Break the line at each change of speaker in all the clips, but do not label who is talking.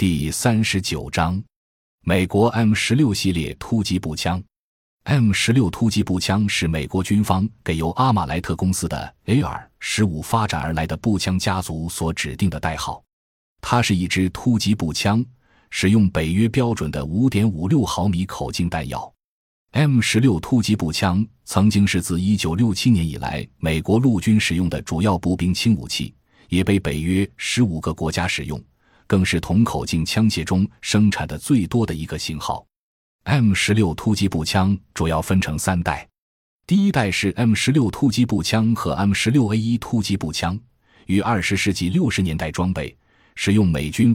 第39章，美国 M16 系列突击步枪。M16 突击步枪是美国军方给由阿马莱特公司的 AR-15 发展而来的步枪家族所指定的代号。它是一支突击步枪，使用北约标准的 5.56 毫米口径弹药。M16 突击步枪曾经是自1967年以来美国陆军使用的主要步兵轻武器，也被北约15个国家使用，更是同口径枪械中生产的最多的一个型号。M16 突击步枪主要分成3代，第一代是 M16 突击步枪和 M16A1 突击步枪，于20世纪60年代装备，使用美军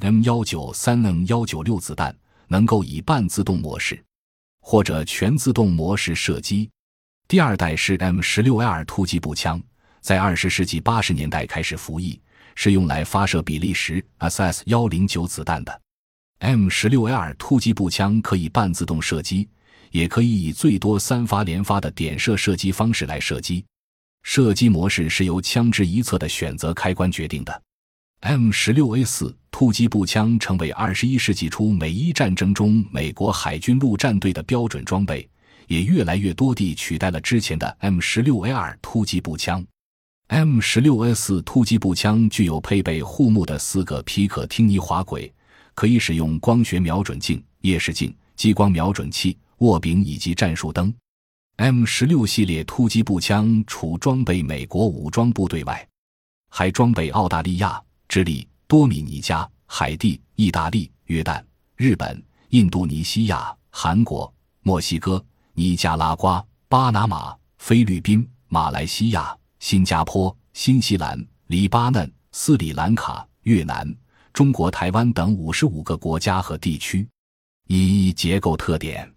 M193M196 子弹，能够以半自动模式或者全自动模式射击。第二代是 M16A2 突击步枪，在20世纪80年代开始服役，是用来发射比利时 SS-109 子弹的。M16A2 突击步枪可以半自动射击，也可以以最多3发连发的点射射击方式来射击。射击模式是由枪支一侧的选择开关决定的。M16A4 突击步枪成为21世纪初美伊战争中美国海军陆战队的标准装备，也越来越多地取代了之前的 M16A2 突击步枪。M16A4 突击步枪具有配备护木的4个皮可汀尼滑轨，可以使用光学瞄准镜、夜视镜、激光瞄准器、握柄以及战术灯。M16 系列突击步枪除装备美国武装部队外，还装备澳大利亚、智利、多米尼加、海地、意大利、约旦、日本、印度尼西亚、韩国、墨西哥、尼加拉瓜、巴拿马、菲律宾、马来西亚、新加坡、新西兰、黎巴嫩、斯里兰卡、越南、中国台湾等55个国家和地区。一、结构特点。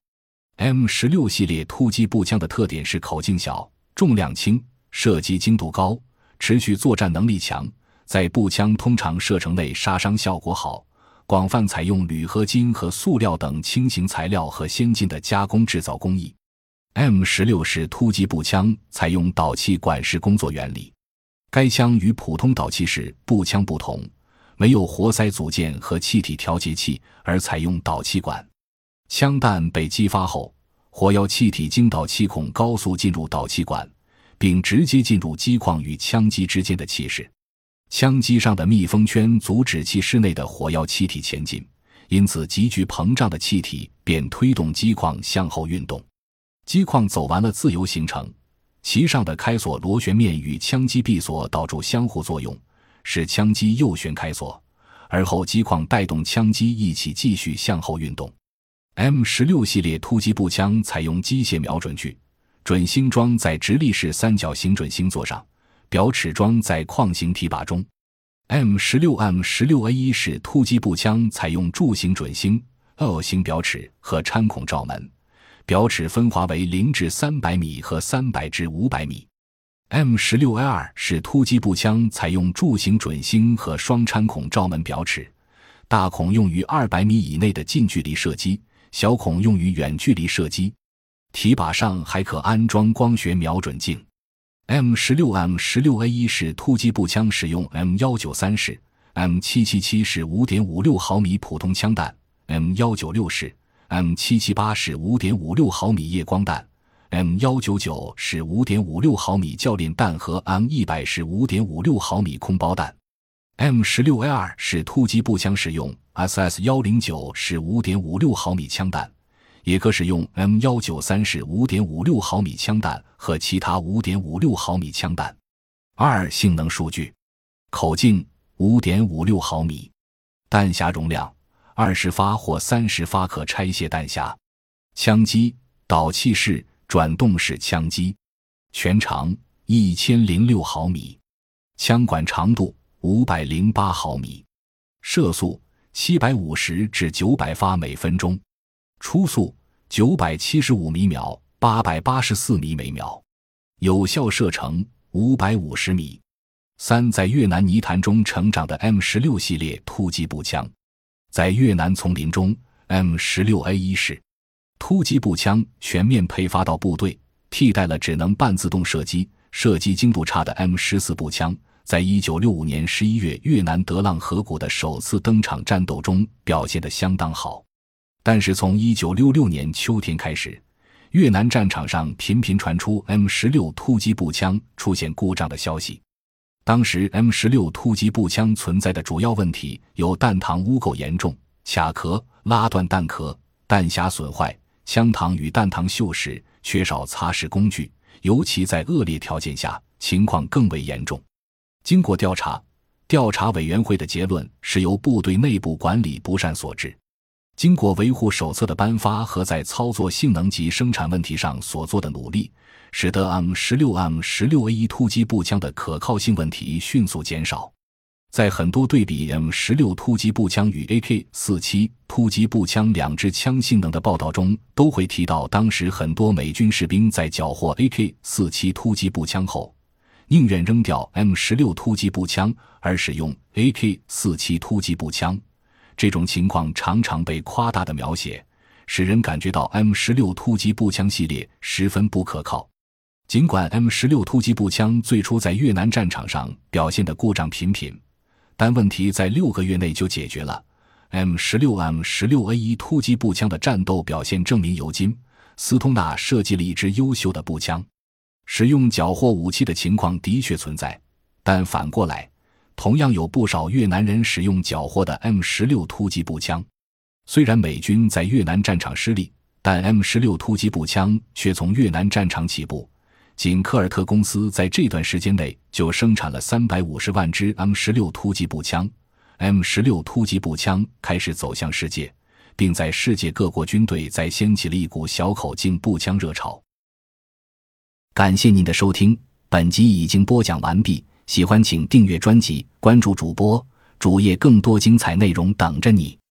M16 系列突击步枪的特点是口径小、重量轻、射击精度高、持续作战能力强，在步枪通常射程内杀伤效果好，广泛采用铝合金和塑料等轻型材料和先进的加工制造工艺。M16 式突击步枪采用导气管式工作原理，该枪与普通导气式步枪不同，没有活塞组件和气体调节器，而采用导气管。枪弹被击发后，火药气体经导气孔高速进入导气管，并直接进入机框与枪机之间的气室。枪机上的密封圈阻止气室内的火药气体前进，因此急剧膨胀的气体便推动机框向后运动。机框走完了自由行程，其上的开锁螺旋面与枪机闭锁导致相互作用，使枪机右旋开锁，而后机框带动枪机一起继续向后运动。M16 系列突击步枪采用机械瞄准具，准星装在直立式三角形准星座上，表齿装在框形提把中。M16A1 式突击步枪采用柱形准星、L 型表齿和穿孔罩门，表齿分划为0至300米和300至500米。M16A2 式突击步枪采用柱形准星和双穿孔罩门表齿，大孔用于200米以内的近距离射击，小孔用于远距离射击。提把上还可安装光学瞄准镜。M16A1 式突击步枪使用 M193 式、M777 式 5.56 毫米普通枪弹、M196 式、M778 式 5.56 毫米夜光弹、M199 式 5.56 毫米教练弹和 M100 式 5.56 毫米空包弹。M16A2 式突击步枪使用 SS-109 式 5.56 毫米枪弹，也可使用 M193 式 5.56 毫米枪弹和其他 5.56 毫米枪弹。2、性能数据。口径 5.56 毫米，弹匣容量20发或30发可拆卸弹匣。枪机导气式转动式枪机，全长1006毫米，枪管长度508毫米，射速750至900发每分钟，初速975米秒，884米每秒，有效射程550米。3、在越南泥潭中成长的 M16 系列突击步枪。在越南丛林中， M16A1 式突击步枪全面配发到部队，替代了只能半自动射击、射击精度差的 M14 步枪， 在1965年11月越南德浪河谷的首次登场战斗中表现得相当好。但是从1966年秋天开始，越南战场上频频传出 M16 突击步枪出现故障的消息。当时 M16 突击步枪存在的主要问题有弹膛污垢严重、卡壳、拉断弹壳、弹匣损坏、枪膛与弹膛锈蚀、缺少擦拭工具，尤其在恶劣条件下，情况更为严重。经过调查委员会的结论是由部队内部管理不善所致。经过维护手册的颁发和在操作性能及生产问题上所做的努力，使得 M16A1 突击步枪的可靠性问题迅速减少。在很多对比 M16 突击步枪与 AK-47 突击步枪两支枪性能的报道中，都会提到当时很多美军士兵在缴获 AK-47 突击步枪后，宁愿扔掉 M16 突击步枪而使用 AK-47 突击步枪。这种情况常常被夸大的描写，使人感觉到 M16 突击步枪系列十分不可靠。尽管 M16 突击步枪最初在越南战场上表现的故障频频，但问题在6个月内就解决了。M16A1 突击步枪的战斗表现证明，尤金·斯通纳设计了一支优秀的步枪。使用缴获武器的情况的确存在，但反过来，同样有不少越南人使用缴获的 M16 突击步枪。虽然美军在越南战场失利，但 M16 突击步枪却从越南战场起步。仅科尔特公司在这段时间内就生产了350万支 M16 突击步枪。M16 突击步枪开始走向世界，并在世界各国军队再掀起了一股小口径步枪热潮。感谢您的收听，本集已经播讲完毕。喜欢请订阅专辑，关注主播，主页更多精彩内容等着你。